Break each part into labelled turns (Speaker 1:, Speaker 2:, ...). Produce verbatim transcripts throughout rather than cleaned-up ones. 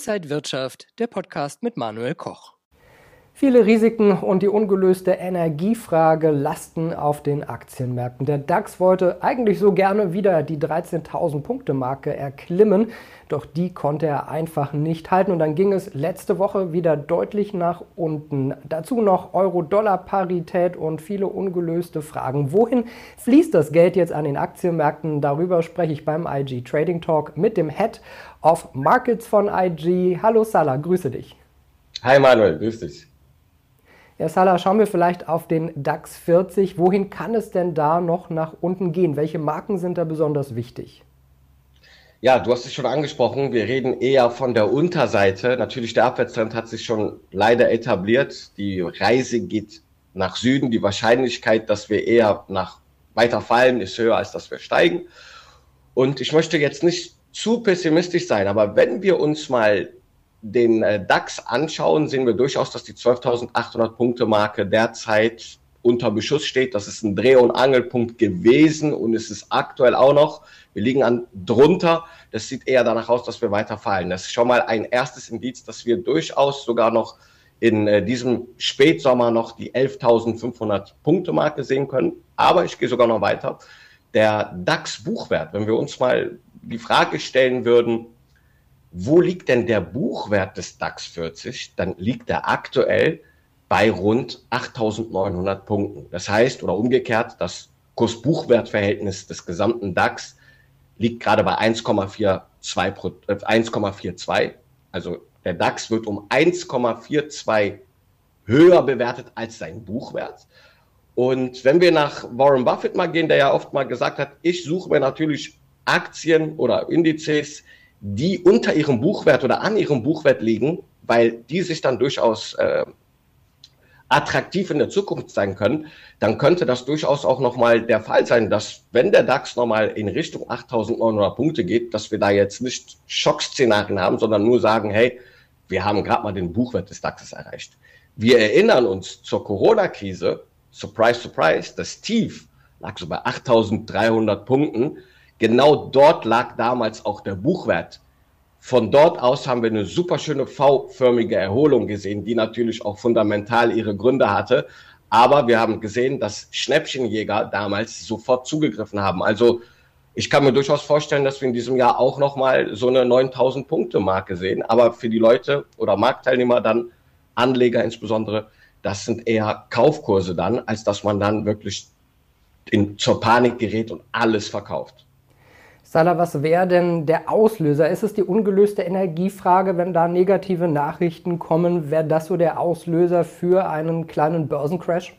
Speaker 1: Inside Wirtschaft, der Podcast mit Manuel Koch.
Speaker 2: Viele Risiken und die ungelöste Energiefrage lasten auf den Aktienmärkten. Der DAX wollte eigentlich so gerne wieder die dreizehntausend-Punkte-Marke erklimmen, doch die konnte er einfach nicht halten. Und dann ging es letzte Woche wieder deutlich nach unten. Dazu noch Euro-Dollar-Parität und viele ungelöste Fragen. Wohin fließt das Geld jetzt an den Aktienmärkten? Darüber spreche ich beim I G Trading Talk mit dem Head of Markets von I G. Hallo Salah, grüße dich.
Speaker 3: Hi Manuel, grüß dich.
Speaker 2: Ja, Salah, schauen wir vielleicht auf den DAX vierzig. Wohin kann es denn da noch nach unten gehen? Welche Marken sind da besonders wichtig?
Speaker 3: Ja, du hast es schon angesprochen. Wir reden eher von der Unterseite. Natürlich, der Abwärtstrend hat sich schon leider etabliert. Die Reise geht nach Süden. Die Wahrscheinlichkeit, dass wir eher nach weiter fallen, ist höher, als dass wir steigen. Und ich möchte jetzt nicht zu pessimistisch sein, aber wenn wir uns mal den DAX anschauen, sehen wir durchaus, dass die zwölftausendachthundert-Punkte-Marke derzeit unter Beschuss steht. Das ist ein Dreh- und Angelpunkt gewesen und es ist aktuell auch noch. Wir liegen an drunter. Das sieht eher danach aus, dass wir weiter fallen. Das ist schon mal ein erstes Indiz, dass wir durchaus sogar noch in äh, diesem Spätsommer noch die elftausendfünfhundert-Punkte-Marke sehen können. Aber ich gehe sogar noch weiter. Der DAX-Buchwert, wenn wir uns mal die Frage stellen würden, wo liegt denn der Buchwert des DAX vierzig? Dann liegt er aktuell bei rund achttausendneunhundert Punkten. Das heißt, oder umgekehrt, das Kurs-Buchwert-Verhältnis des gesamten DAX liegt gerade bei eins Komma zweiundvierzig. Also der DAX wird um eins Komma zweiundvierzig höher bewertet als sein Buchwert. Und wenn wir nach Warren Buffett mal gehen, der ja oft mal gesagt hat, ich suche mir natürlich Aktien oder Indizes, die unter ihrem Buchwert oder an ihrem Buchwert liegen, weil die sich dann durchaus äh, attraktiv in der Zukunft sein können, dann könnte das durchaus auch nochmal der Fall sein, dass wenn der DAX nochmal in Richtung achttausendneunhundert Punkte geht, dass wir da jetzt nicht Schockszenarien haben, sondern nur sagen, hey, wir haben gerade mal den Buchwert des DAXes erreicht. Wir erinnern uns zur Corona-Krise, surprise, surprise, das Tief lag so bei achttausenddreihundert Punkten. Genau dort lag damals auch der Buchwert. Von dort aus haben wir eine super schöne V-förmige Erholung gesehen, die natürlich auch fundamental ihre Gründe hatte. Aber wir haben gesehen, dass Schnäppchenjäger damals sofort zugegriffen haben. Also ich kann mir durchaus vorstellen, dass wir in diesem Jahr auch nochmal so eine neuntausend-Punkte-Marke sehen. Aber für die Leute oder Marktteilnehmer dann, Anleger insbesondere, das sind eher Kaufkurse dann, als dass man dann wirklich in, zur Panik gerät und alles verkauft.
Speaker 2: Salah, was wäre denn der Auslöser? Ist es die ungelöste Energiefrage, wenn da negative Nachrichten kommen? Wäre das so der Auslöser für einen kleinen Börsencrash?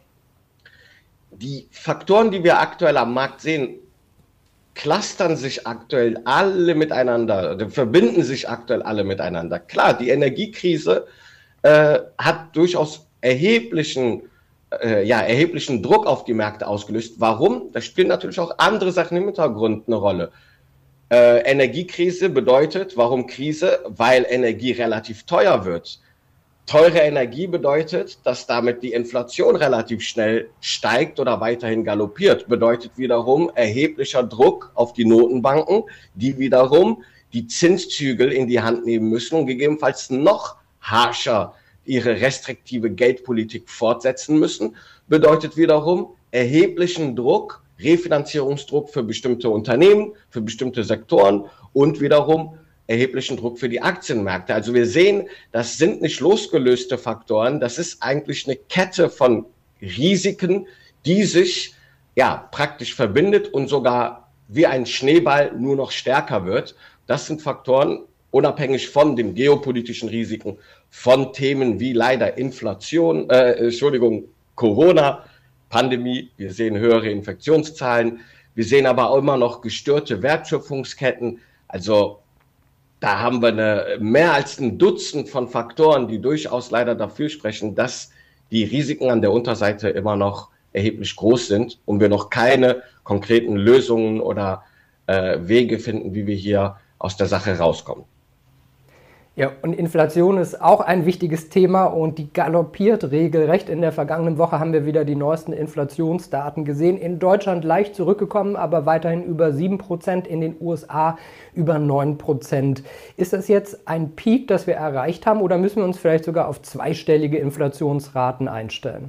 Speaker 3: Die Faktoren, die wir aktuell am Markt sehen, clustern sich aktuell alle miteinander, verbinden sich aktuell alle miteinander. Klar, die Energiekrise äh, hat durchaus erheblichen äh, ja, erheblichen Druck auf die Märkte ausgelöst. Warum? Da spielen natürlich auch andere Sachen im Hintergrund eine Rolle. Äh, Energiekrise bedeutet, warum Krise? Weil Energie relativ teuer wird. Teure Energie bedeutet, dass damit die Inflation relativ schnell steigt oder weiterhin galoppiert. Bedeutet wiederum erheblicher Druck auf die Notenbanken, die wiederum die Zinszügel in die Hand nehmen müssen und gegebenenfalls noch harscher ihre restriktive Geldpolitik fortsetzen müssen. Bedeutet wiederum erheblichen Druck, Refinanzierungsdruck für bestimmte Unternehmen, für bestimmte Sektoren und wiederum erheblichen Druck für die Aktienmärkte. Also wir sehen, das sind nicht losgelöste Faktoren, das ist eigentlich eine Kette von Risiken, die sich ja praktisch verbindet und sogar wie ein Schneeball nur noch stärker wird. Das sind Faktoren, unabhängig von den geopolitischen Risiken, von Themen wie leider Inflation, äh, Entschuldigung, Corona, Pandemie, wir sehen höhere Infektionszahlen, wir sehen aber auch immer noch gestörte Wertschöpfungsketten. Also da haben wir eine, mehr als ein Dutzend von Faktoren, die durchaus leider dafür sprechen, dass die Risiken an der Unterseite immer noch erheblich groß sind und wir noch keine konkreten Lösungen oder äh, Wege finden, wie wir hier aus der Sache rauskommen.
Speaker 2: Ja, und Inflation ist auch ein wichtiges Thema und die galoppiert regelrecht. In der vergangenen Woche haben wir wieder die neuesten Inflationsdaten gesehen. In Deutschland leicht zurückgekommen, aber weiterhin über sieben Prozent, in den U S A über neun Prozent. Ist das jetzt ein Peak, das wir erreicht haben, oder müssen wir uns vielleicht sogar auf zweistellige Inflationsraten einstellen?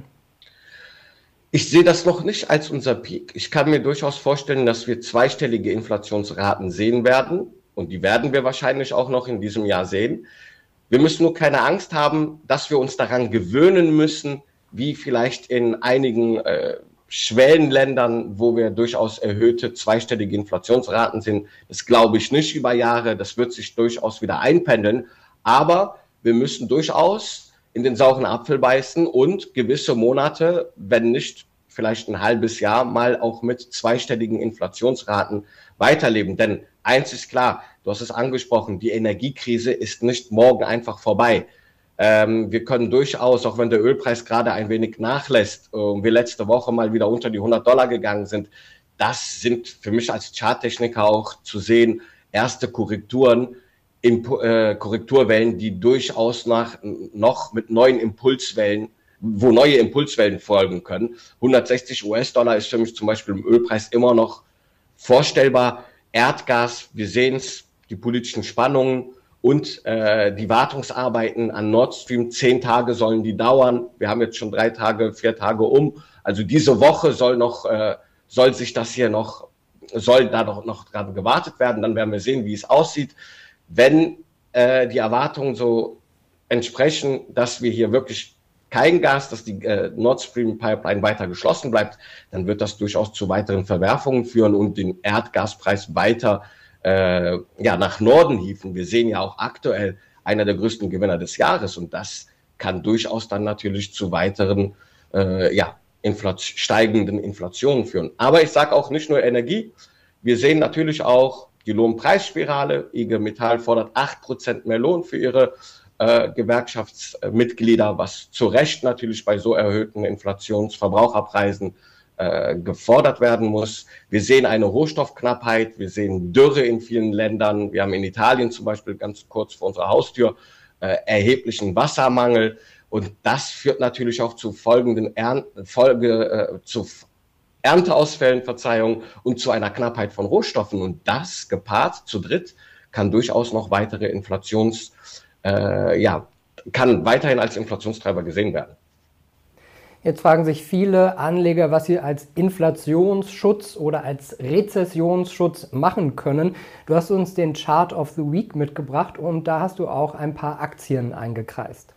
Speaker 3: Ich sehe das noch nicht als unser Peak. Ich kann mir durchaus vorstellen, dass wir zweistellige Inflationsraten sehen werden. Und die werden wir wahrscheinlich auch noch in diesem Jahr sehen. Wir müssen nur keine Angst haben, dass wir uns daran gewöhnen müssen, wie vielleicht in einigen äh, Schwellenländern, wo wir durchaus erhöhte zweistellige Inflationsraten sind. Das glaube ich nicht über Jahre. Das wird sich durchaus wieder einpendeln. Aber wir müssen durchaus in den sauren Apfel beißen und gewisse Monate, wenn nicht vielleicht ein halbes Jahr, mal auch mit zweistelligen Inflationsraten weiterleben. Denn eins ist klar, du hast es angesprochen, die Energiekrise ist nicht morgen einfach vorbei. Ähm, wir können durchaus, auch wenn der Ölpreis gerade ein wenig nachlässt und wir letzte Woche mal wieder unter die hundert Dollar gegangen sind, das sind für mich als Charttechniker auch zu sehen, erste Korrekturen, Imp- äh, Korrekturwellen, die durchaus nach, noch mit neuen Impulswellen, wo neue Impulswellen folgen können. hundertsechzig US-Dollar ist für mich zum Beispiel im Ölpreis immer noch vorstellbar. Erdgas, wir sehen es, die politischen Spannungen und äh, die Wartungsarbeiten an Nord Stream. Zehn Tage sollen die dauern. Wir haben jetzt schon drei Tage, vier Tage um. Also diese Woche soll noch, äh, soll sich das hier noch, soll da doch noch dran gewartet werden. Dann werden wir sehen, wie es aussieht. Wenn äh, die Erwartungen so entsprechen, dass wir hier wirklich kein Gas, dass die äh, Nord Stream Pipeline weiter geschlossen bleibt, dann wird das durchaus zu weiteren Verwerfungen führen und den Erdgaspreis weiter äh, ja, nach Norden hieven. Wir sehen ja auch aktuell einer der größten Gewinner des Jahres und das kann durchaus dann natürlich zu weiteren äh, ja, Infl- steigenden Inflationen führen. Aber ich sage auch nicht nur Energie, wir sehen natürlich auch die Lohnpreisspirale. I G Metall fordert acht Prozent mehr Lohn für ihre Äh, Gewerkschaftsmitglieder, was zu Recht natürlich bei so erhöhten Inflationsverbraucherpreisen äh, gefordert werden muss. Wir sehen eine Rohstoffknappheit, wir sehen Dürre in vielen Ländern. Wir haben in Italien zum Beispiel ganz kurz vor unserer Haustür äh, erheblichen Wassermangel und das führt natürlich auch zu folgenden Ernten, Folge, äh, zu Ernteausfällen, Verzeihung, und zu einer Knappheit von Rohstoffen. Und das gepaart zu dritt kann durchaus noch weitere Inflations Äh, ja, kann weiterhin als Inflationstreiber gesehen werden.
Speaker 2: Jetzt fragen sich viele Anleger, was sie als Inflationsschutz oder als Rezessionsschutz machen können. Du hast uns den Chart of the Week mitgebracht und da hast du auch ein paar Aktien eingekreist.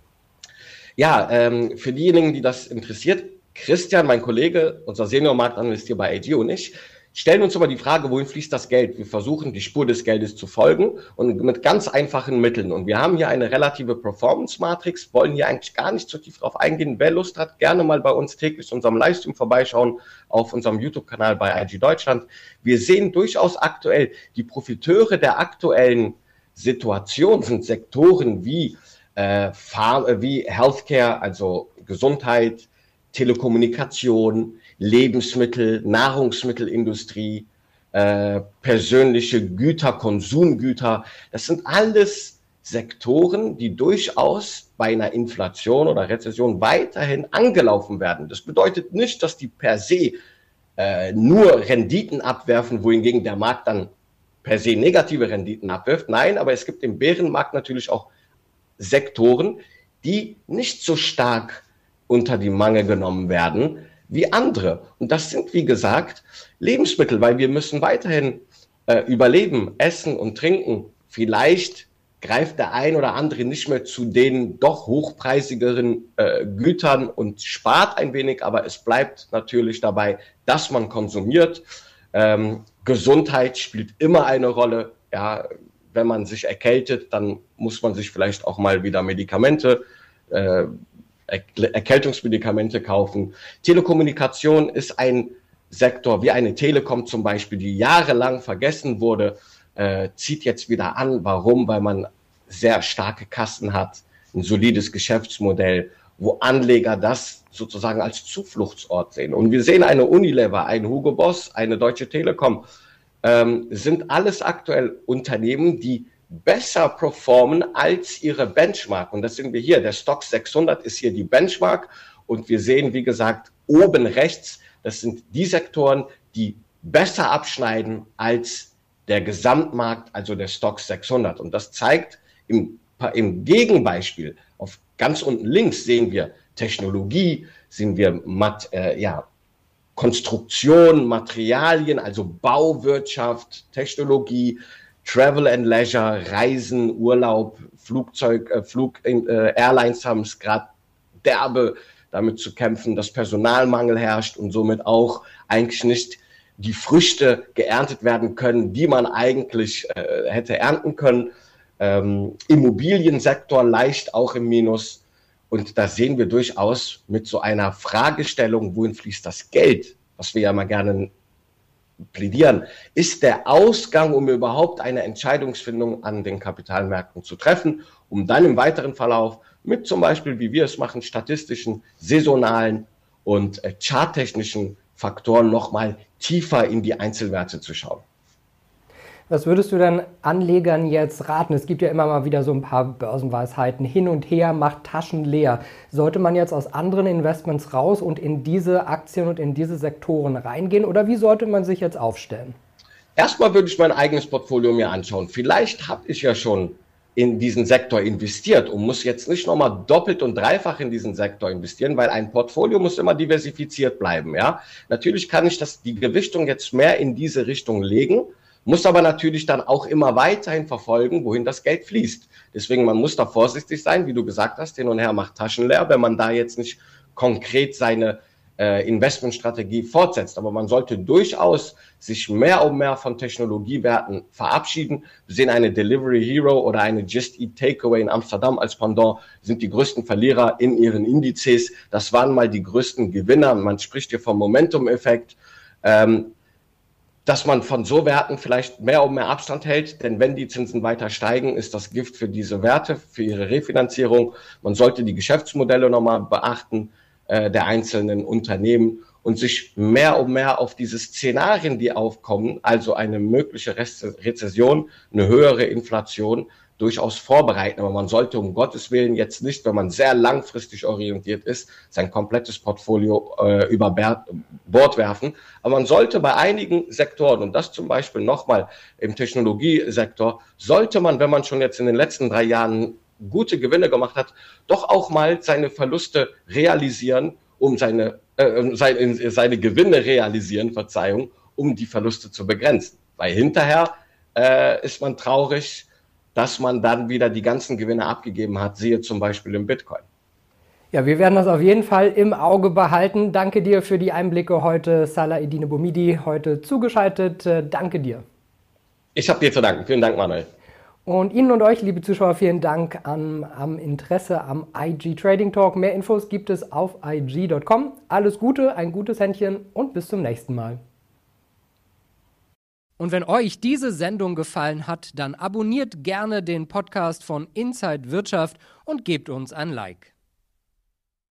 Speaker 3: Ja, ähm, für diejenigen, die das interessiert, Christian, mein Kollege, unser Senior-Marktanalyst hier bei A G und ich, stellen uns immer die Frage, wohin fließt das Geld? Wir versuchen, die Spur des Geldes zu folgen und mit ganz einfachen Mitteln. Und wir haben hier eine relative Performance-Matrix, wollen hier eigentlich gar nicht so tief drauf eingehen. Wer Lust hat, gerne mal bei uns täglich unserem Livestream vorbeischauen, auf unserem YouTube-Kanal bei I G Deutschland. Wir sehen durchaus aktuell, die Profiteure der aktuellen Situation sind Sektoren wie, äh, Farm, äh, wie Healthcare, also Gesundheit, Telekommunikation, Lebensmittel, Nahrungsmittelindustrie, äh, persönliche Güter, Konsumgüter. Das sind alles Sektoren, die durchaus bei einer Inflation oder Rezession weiterhin angelaufen werden. Das bedeutet nicht, dass die per se äh, nur Renditen abwerfen, wohingegen der Markt dann per se negative Renditen abwirft. Nein, aber es gibt im Bärenmarkt natürlich auch Sektoren, die nicht so stark unter die Mangel genommen werden wie andere. Und das sind, wie gesagt, Lebensmittel, weil wir müssen weiterhin äh, überleben, essen und trinken. Vielleicht greift der ein oder andere nicht mehr zu den doch hochpreisigeren äh, Gütern und spart ein wenig, aber es bleibt natürlich dabei, dass man konsumiert. Ähm, Gesundheit spielt immer eine Rolle. Ja, wenn man sich erkältet, dann muss man sich vielleicht auch mal wieder Medikamente äh, Erkältungsmedikamente kaufen. Telekommunikation ist ein Sektor wie eine Telekom zum Beispiel, die jahrelang vergessen wurde, äh, zieht jetzt wieder an. Warum? Weil man sehr starke Kassen hat, ein solides Geschäftsmodell, wo Anleger das sozusagen als Zufluchtsort sehen. Und wir sehen eine Unilever, ein Hugo Boss, eine Deutsche Telekom, ähm, sind alles aktuell Unternehmen, die besser performen als ihre Benchmark. Und das sind wir hier. Der Stoxx sechshundert ist hier die Benchmark. Und wir sehen, wie gesagt, oben rechts, das sind die Sektoren, die besser abschneiden als der Gesamtmarkt, also der Stoxx sechshundert. Und das zeigt im, im Gegenbeispiel, auf ganz unten links sehen wir Technologie, sehen wir Mat, äh, ja, Konstruktion, Materialien, also Bauwirtschaft, Technologie, Travel and Leisure, Reisen, Urlaub, Flugzeug, äh, Flug, äh, Airlines haben es gerade derbe damit zu kämpfen, dass Personalmangel herrscht und somit auch eigentlich nicht die Früchte geerntet werden können, die man eigentlich äh, hätte ernten können. Ähm, Immobiliensektor leicht auch im Minus. Und da sehen wir durchaus mit so einer Fragestellung, wohin fließt das Geld, was wir ja mal gerne plädieren, ist der Ausgang, um überhaupt eine Entscheidungsfindung an den Kapitalmärkten zu treffen, um dann im weiteren Verlauf mit zum Beispiel, wie wir es machen, statistischen, saisonalen und äh, charttechnischen Faktoren nochmal tiefer in die Einzelwerte zu schauen.
Speaker 2: Was würdest du denn Anlegern jetzt raten? Es gibt ja immer mal wieder so ein paar Börsenweisheiten. Hin und her macht Taschen leer. Sollte man jetzt aus anderen Investments raus und in diese Aktien und in diese Sektoren reingehen? Oder wie sollte man sich jetzt aufstellen?
Speaker 3: Erstmal würde ich mein eigenes Portfolio mir anschauen. Vielleicht habe ich ja schon in diesen Sektor investiert und muss jetzt nicht nochmal doppelt und dreifach in diesen Sektor investieren, weil ein Portfolio muss immer diversifiziert bleiben. Ja? Natürlich kann ich das, die Gewichtung jetzt mehr in diese Richtung legen, muss aber natürlich dann auch immer weiterhin verfolgen, wohin das Geld fließt. Deswegen, man muss da vorsichtig sein, wie du gesagt hast, hin und her macht Taschen leer, wenn man da jetzt nicht konkret seine äh, Investmentstrategie fortsetzt. Aber man sollte durchaus sich mehr und mehr von Technologiewerten verabschieden. Wir sehen eine Delivery Hero oder eine Just Eat Takeaway in Amsterdam als Pendant, sind die größten Verlierer in ihren Indizes. Das waren mal die größten Gewinner. Man spricht hier vom Momentum-Effekt. Ähm, dass man von so Werten vielleicht mehr und mehr Abstand hält, denn wenn die Zinsen weiter steigen, ist das Gift für diese Werte, für ihre Refinanzierung. Man sollte die Geschäftsmodelle nochmal beachten äh, der einzelnen Unternehmen und sich mehr und mehr auf diese Szenarien, die aufkommen, also eine mögliche Rezession, eine höhere Inflation, durchaus vorbereiten. Aber man sollte um Gottes Willen jetzt nicht, wenn man sehr langfristig orientiert ist, sein komplettes Portfolio äh, über Bord werfen. Aber man sollte bei einigen Sektoren, und das zum Beispiel nochmal im Technologiesektor, sollte man, wenn man schon jetzt in den letzten drei Jahren gute Gewinne gemacht hat, doch auch mal seine Verluste realisieren, um seine, äh, seine, seine Gewinne realisieren, Verzeihung, um die Verluste zu begrenzen. Weil hinterher äh, ist man traurig, dass man dann wieder die ganzen Gewinne abgegeben hat, siehe zum Beispiel im Bitcoin.
Speaker 2: Ja, wir werden das auf jeden Fall im Auge behalten. Danke dir für die Einblicke heute, Salah-Eddine Bouhmidi, heute zugeschaltet. Danke dir.
Speaker 3: Ich habe dir zu danken. Vielen Dank, Manuel.
Speaker 2: Und Ihnen und euch, liebe Zuschauer, vielen Dank am, am Interesse am I G Trading Talk. Mehr Infos gibt es auf I G Punkt com. Alles Gute, ein gutes Händchen und bis zum nächsten Mal.
Speaker 1: Und wenn euch diese Sendung gefallen hat, dann abonniert gerne den Podcast von Inside Wirtschaft und gebt uns ein Like.